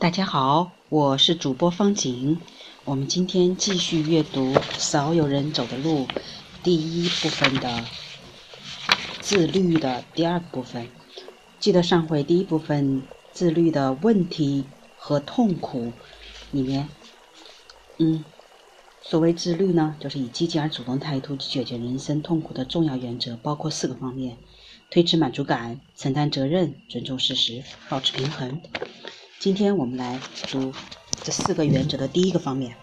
大家好，我是主播方景。我们今天继续阅读少有人走的路第一部分的自律的第二部分。记得上回第一部分自律的问题和痛苦里面，所谓自律呢，就是以积极而主动态度去解决人生痛苦的重要原则，包括4个方面：推迟满足感、承担责任、尊重事实、保持平衡。今天我们来读这4个原则的第一个方面，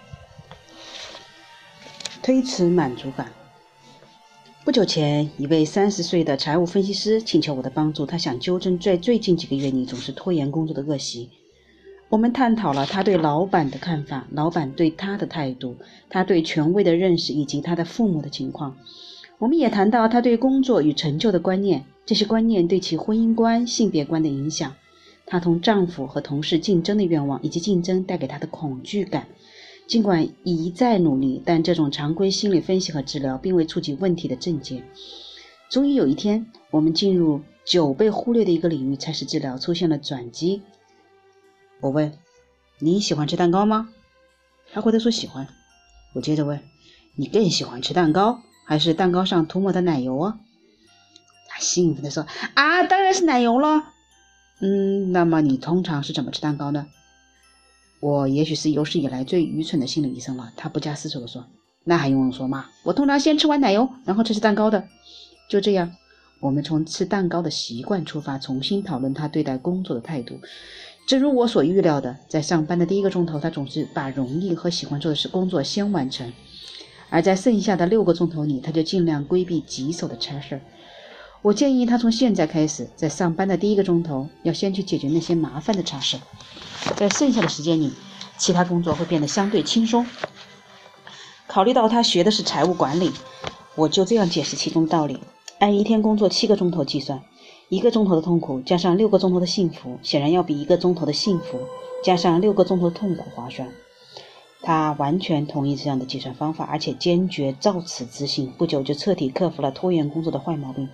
推迟满足感。不久前，一位30岁的财务分析师请求我的帮助，他想纠正在最近几个月里总是拖延工作的恶习。我们探讨了他对老板的看法，老板对他的态度，他对权威的认识以及他的父母的情况。我们也谈到他对工作与成就的观念，这些观念对其婚姻观、性别观的影响，她同丈夫和同事竞争的愿望，以及竞争带给她的恐惧感。尽管一再努力，但这种常规心理分析和治疗并未触及问题的症结。终于有一天，我们进入久被忽略的一个领域，才使治疗出现了转机。我问：你喜欢吃蛋糕吗？他回答说喜欢。我接着问：你更喜欢吃蛋糕，还是蛋糕上涂抹的奶油啊？他兴奋地说：当然是奶油了。那么你通常是怎么吃蛋糕呢？我也许是有史以来最愚蠢的心理医生了。他不加思索地说：那还用说吗？我通常先吃完奶油，然后吃蛋糕的。就这样，我们从吃蛋糕的习惯出发，重新讨论他对待工作的态度。正如我所预料的，在上班的第1个钟头，他总是把容易和喜欢做的工作先完成，而在剩下的6个钟头里，他就尽量规避棘手的差事。我建议他从现在开始，在上班的第1个钟头要先去解决那些麻烦的差事，在剩下的时间里，其他工作会变得相对轻松。考虑到他学的是财务管理，我就这样解释其中道理。按一天工作7个钟头计算，1个钟头的痛苦加上6个钟头的幸福，显然要比1个钟头的幸福加上6个钟头的痛苦划算。他完全同意这样的计算方法，而且坚决照此执行，不久就彻底克服了拖延工作的坏毛病。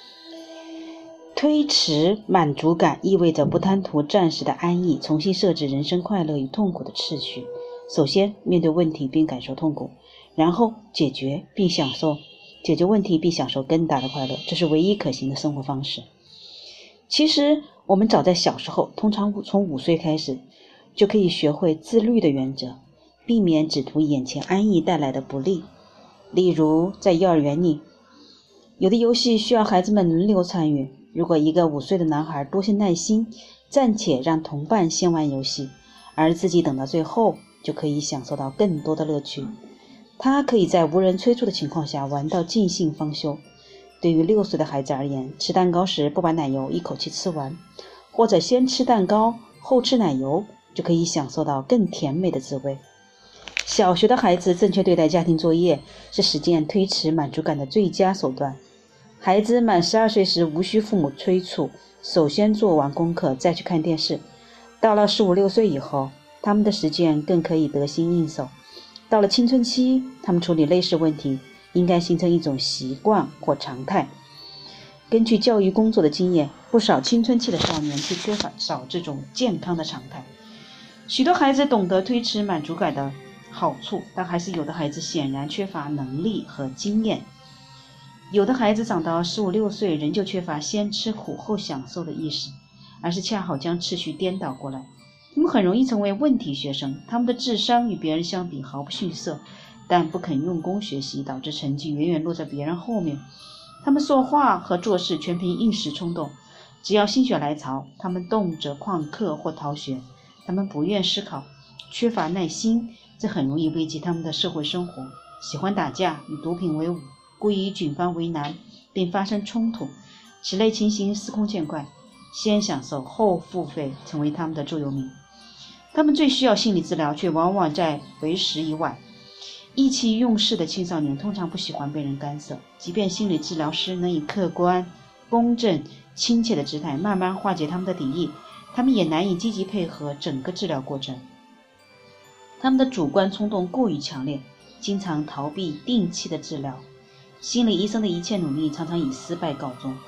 推迟满足感意味着不贪图暂时的安逸，重新设置人生快乐与痛苦的次序。首先面对问题并感受痛苦，然后解决问题并享受更大的快乐，这是唯一可行的生活方式。其实我们早在小时候，通常从5岁开始，就可以学会自律的原则，避免只图眼前安逸带来的不利。例如在幼儿园里，有的游戏需要孩子们轮流参与，如果一个5岁的男孩多些耐心，暂且让同伴先玩游戏，而自己等到最后，就可以享受到更多的乐趣。他可以在无人催促的情况下玩到尽兴方休。对于6岁的孩子而言，吃蛋糕时不把奶油一口气吃完，或者先吃蛋糕后吃奶油，就可以享受到更甜美的滋味。小学的孩子正确对待家庭作业，是实践推迟满足感的最佳手段。孩子满12岁时无需父母催促，首先做完功课再去看电视。到了15、16岁以后，他们的实践更可以得心应手。到了青春期，他们处理类似问题应该形成一种习惯或常态。根据教育工作的经验，不少青春期的少年却缺少这种健康的常态。许多孩子懂得推迟满足感的好处，但还是有的孩子显然缺乏能力和经验。有的孩子长到15、16岁仍旧缺乏先吃苦后享受的意识，而是恰好将次序颠倒过来。他们很容易成为问题学生，他们的智商与别人相比毫不逊色，但不肯用功学习，导致成绩远远落在别人后面。他们说话和做事全凭一时冲动，只要心血来潮，他们动辄旷课或逃学。他们不愿思考，缺乏耐心，这很容易危及他们的社会生活。喜欢打架，与毒品为伍，故意与警方为难，并发生冲突，此类情形司空见惯，先享受后付费成为他们的座右铭。他们最需要心理治疗，却往往在为时已晚。意气用事的青少年通常不喜欢被人干涉，即便心理治疗师能以客观、公正、亲切的姿态慢慢化解他们的敌意，他们也难以积极配合整个治疗过程。他们的主观冲动过于强烈，经常逃避定期的治疗。心理医生的一切努力常常以失败告终。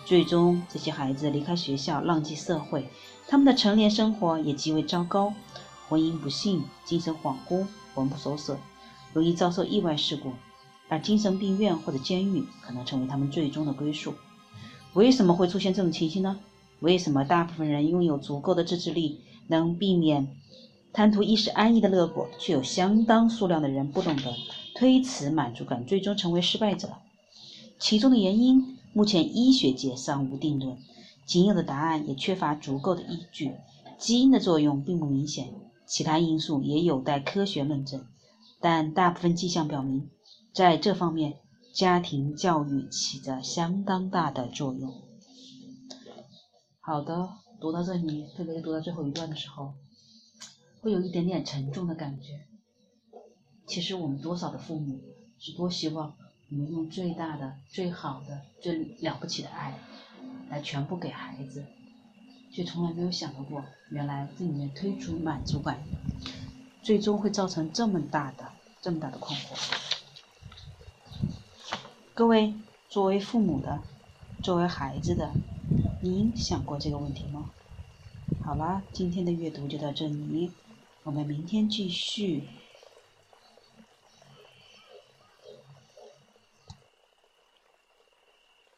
最终这些孩子离开学校，浪迹社会，他们的成年生活也极为糟糕，婚姻不幸，精神恍惚，魂不守舍，容易遭受意外事故，而精神病院或者监狱可能成为他们最终的归宿。为什么会出现这种情形呢？为什么大部分人拥有足够的自制力，能避免贪图一时安逸的乐果，却有相当数量的人不懂得推迟满足感，最终成为失败者？其中的原因，目前医学界尚无定论，仅有的答案也缺乏足够的依据。基因的作用并不明显，其他因素也有待科学论证，但大部分迹象表明，在这方面，家庭教育起着相当大的作用。好的，读到这里，特别是读到最后一段的时候，会有一点点沉重的感觉。其实我们多少的父母是多希望我们用最大的、最好的、最了不起的爱来全部给孩子，却从来没有想到过，原来这里面推出满足感，最终会造成这么大的困惑。各位作为父母的，作为孩子的，您想过这个问题吗？好啦，今天的阅读就到这里，我们明天继续。